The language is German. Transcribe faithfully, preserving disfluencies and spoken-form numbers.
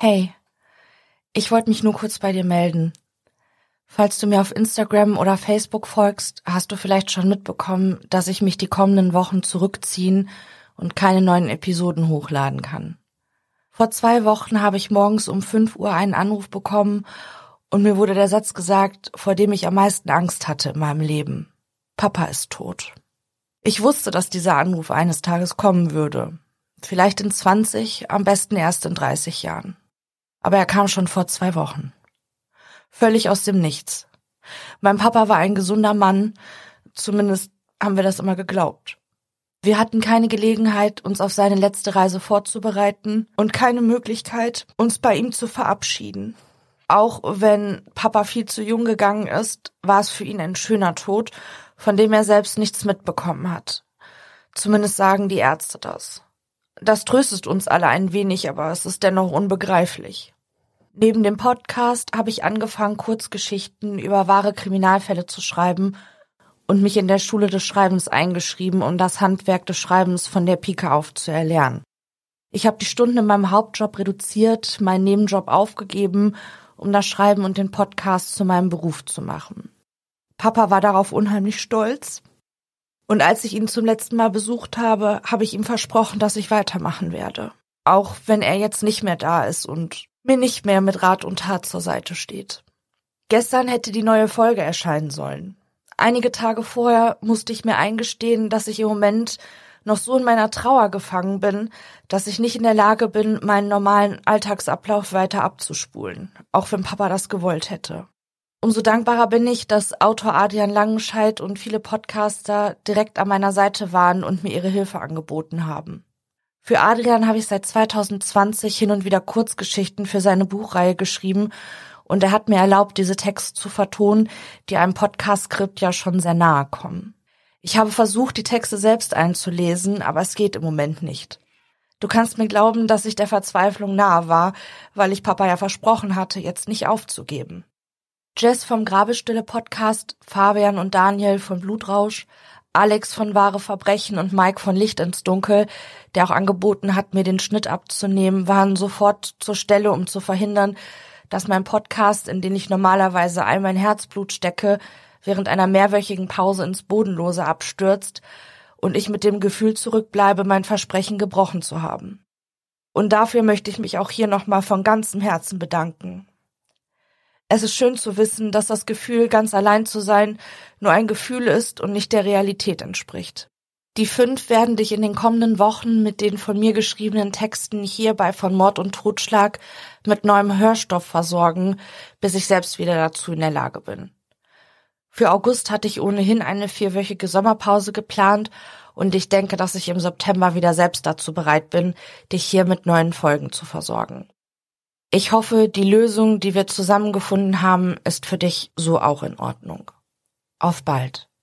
Hey, ich wollte mich nur kurz bei dir melden. Falls du mir auf Instagram oder Facebook folgst, hast du vielleicht schon mitbekommen, dass ich mich die kommenden Wochen zurückziehen und keine neuen Episoden hochladen kann. Vor zwei Wochen habe ich morgens um fünf Uhr einen Anruf bekommen und mir wurde der Satz gesagt, vor dem ich am meisten Angst hatte in meinem Leben. Papa ist tot. Ich wusste, dass dieser Anruf eines Tages kommen würde. Vielleicht in zwanzig, am besten erst in dreißig Jahren. Aber er kam schon vor zwei Wochen. Völlig aus dem Nichts. Mein Papa war ein gesunder Mann, zumindest haben wir das immer geglaubt. Wir hatten keine Gelegenheit, uns auf seine letzte Reise vorzubereiten und keine Möglichkeit, uns bei ihm zu verabschieden. Auch wenn Papa viel zu jung gegangen ist, war es für ihn ein schöner Tod, von dem er selbst nichts mitbekommen hat. Zumindest sagen die Ärzte das. Das tröstet uns alle ein wenig, aber es ist dennoch unbegreiflich. Neben dem Podcast habe ich angefangen, Kurzgeschichten über wahre Kriminalfälle zu schreiben und mich in der Schule des Schreibens eingeschrieben, um das Handwerk des Schreibens von der Pike auf zu erlernen. Ich habe die Stunden in meinem Hauptjob reduziert, meinen Nebenjob aufgegeben, um das Schreiben und den Podcast zu meinem Beruf zu machen. Papa war darauf unheimlich stolz. Und als ich ihn zum letzten Mal besucht habe, habe ich ihm versprochen, dass ich weitermachen werde. Auch wenn er jetzt nicht mehr da ist und mir nicht mehr mit Rat und Tat zur Seite steht. Gestern hätte die neue Folge erscheinen sollen. Einige Tage vorher musste ich mir eingestehen, dass ich im Moment noch so in meiner Trauer gefangen bin, dass ich nicht in der Lage bin, meinen normalen Alltagsablauf weiter abzuspulen, auch wenn Papa das gewollt hätte. Umso dankbarer bin ich, dass Autor Adrian Langenscheidt und viele Podcaster direkt an meiner Seite waren und mir ihre Hilfe angeboten haben. Für Adrian habe ich seit zwanzig zwanzig hin und wieder Kurzgeschichten für seine Buchreihe geschrieben und er hat mir erlaubt, diese Texte zu vertonen, die einem Podcast-Skript ja schon sehr nahe kommen. Ich habe versucht, die Texte selbst einzulesen, aber es geht im Moment nicht. Du kannst mir glauben, dass ich der Verzweiflung nahe war, weil ich Papa ja versprochen hatte, jetzt nicht aufzugeben. Jess vom Grabestille-Podcast, Fabian und Daniel von Blutrausch, Alex von Wahre Verbrechen und Mike von Licht ins Dunkel, der auch angeboten hat, mir den Schnitt abzunehmen, waren sofort zur Stelle, um zu verhindern, dass mein Podcast, in den ich normalerweise all mein Herzblut stecke, während einer mehrwöchigen Pause ins Bodenlose abstürzt und ich mit dem Gefühl zurückbleibe, mein Versprechen gebrochen zu haben. Und dafür möchte ich mich auch hier nochmal von ganzem Herzen bedanken. Es ist schön zu wissen, dass das Gefühl, ganz allein zu sein, nur ein Gefühl ist und nicht der Realität entspricht. Die fünf werden dich in den kommenden Wochen mit den von mir geschriebenen Texten hier bei Von Mord und Totschlag mit neuem Hörstoff versorgen, bis ich selbst wieder dazu in der Lage bin. Für August hatte ich ohnehin eine vierwöchige Sommerpause geplant und ich denke, dass ich im September wieder selbst dazu bereit bin, dich hier mit neuen Folgen zu versorgen. Ich hoffe, die Lösung, die wir zusammengefunden haben, ist für dich so auch in Ordnung. Auf bald.